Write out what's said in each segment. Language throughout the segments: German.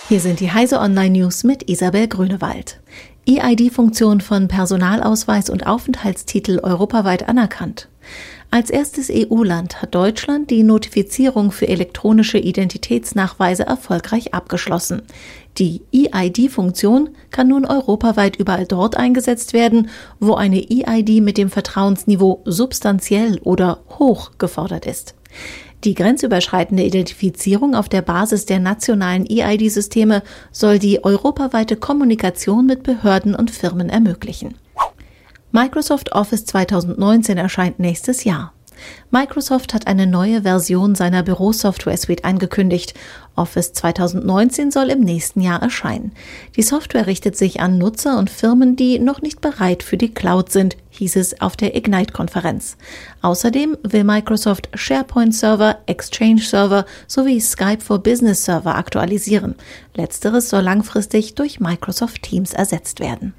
Hier sind die Heise Online News mit Isabel Grünewald. eID-Funktion von Personalausweis und Aufenthaltstitel europaweit anerkannt. Als erstes EU-Land hat Deutschland die Notifizierung für elektronische Identitätsnachweise erfolgreich abgeschlossen. Die eID-Funktion kann nun europaweit überall dort eingesetzt werden, wo eine eID mit dem Vertrauensniveau substanziell oder hoch gefordert ist. Die grenzüberschreitende Identifizierung auf der Basis der nationalen eID-Systeme soll die europaweite Kommunikation mit Behörden und Firmen ermöglichen. Microsoft Office 2019 erscheint nächstes Jahr. Microsoft hat eine neue Version seiner Bürosoftware-Suite angekündigt. Office 2019 soll im nächsten Jahr erscheinen. Die Software richtet sich an Nutzer und Firmen, die noch nicht bereit für die Cloud sind, hieß es auf der Ignite-Konferenz. Außerdem will Microsoft SharePoint-Server, Exchange-Server sowie Skype for Business-Server aktualisieren. Letzteres soll langfristig durch Microsoft Teams ersetzt werden.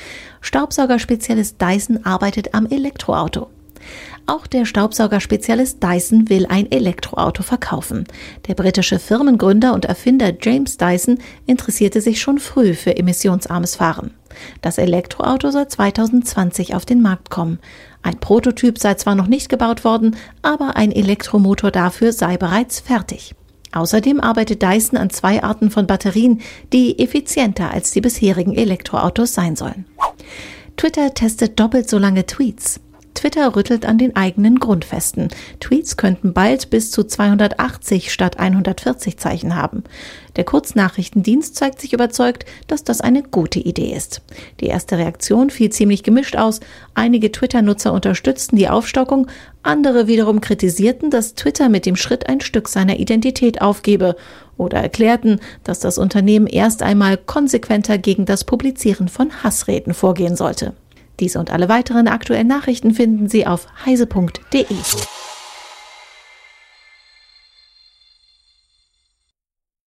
Staubsaugerspezialist Dyson arbeitet am Elektroauto. Auch der Staubsaugerspezialist Dyson will ein Elektroauto verkaufen. Der britische Firmengründer und Erfinder James Dyson interessierte sich schon früh für emissionsarmes Fahren. Das Elektroauto soll 2020 auf den Markt kommen. Ein Prototyp sei zwar noch nicht gebaut worden, aber ein Elektromotor dafür sei bereits fertig. Außerdem arbeitet Dyson an 2 Arten von Batterien, die effizienter als die bisherigen Elektroautos sein sollen. Twitter testet doppelt so lange Tweets. Twitter rüttelt an den eigenen Grundfesten. Tweets könnten bald bis zu 280 statt 140 Zeichen haben. Der Kurznachrichtendienst zeigt sich überzeugt, dass das eine gute Idee ist. Die erste Reaktion fiel ziemlich gemischt aus. Einige Twitter-Nutzer unterstützten die Aufstockung, andere wiederum kritisierten, dass Twitter mit dem Schritt ein Stück seiner Identität aufgebe oder erklärten, dass das Unternehmen erst einmal konsequenter gegen das Publizieren von Hassreden vorgehen sollte. Diese und alle weiteren aktuellen Nachrichten finden Sie auf heise.de.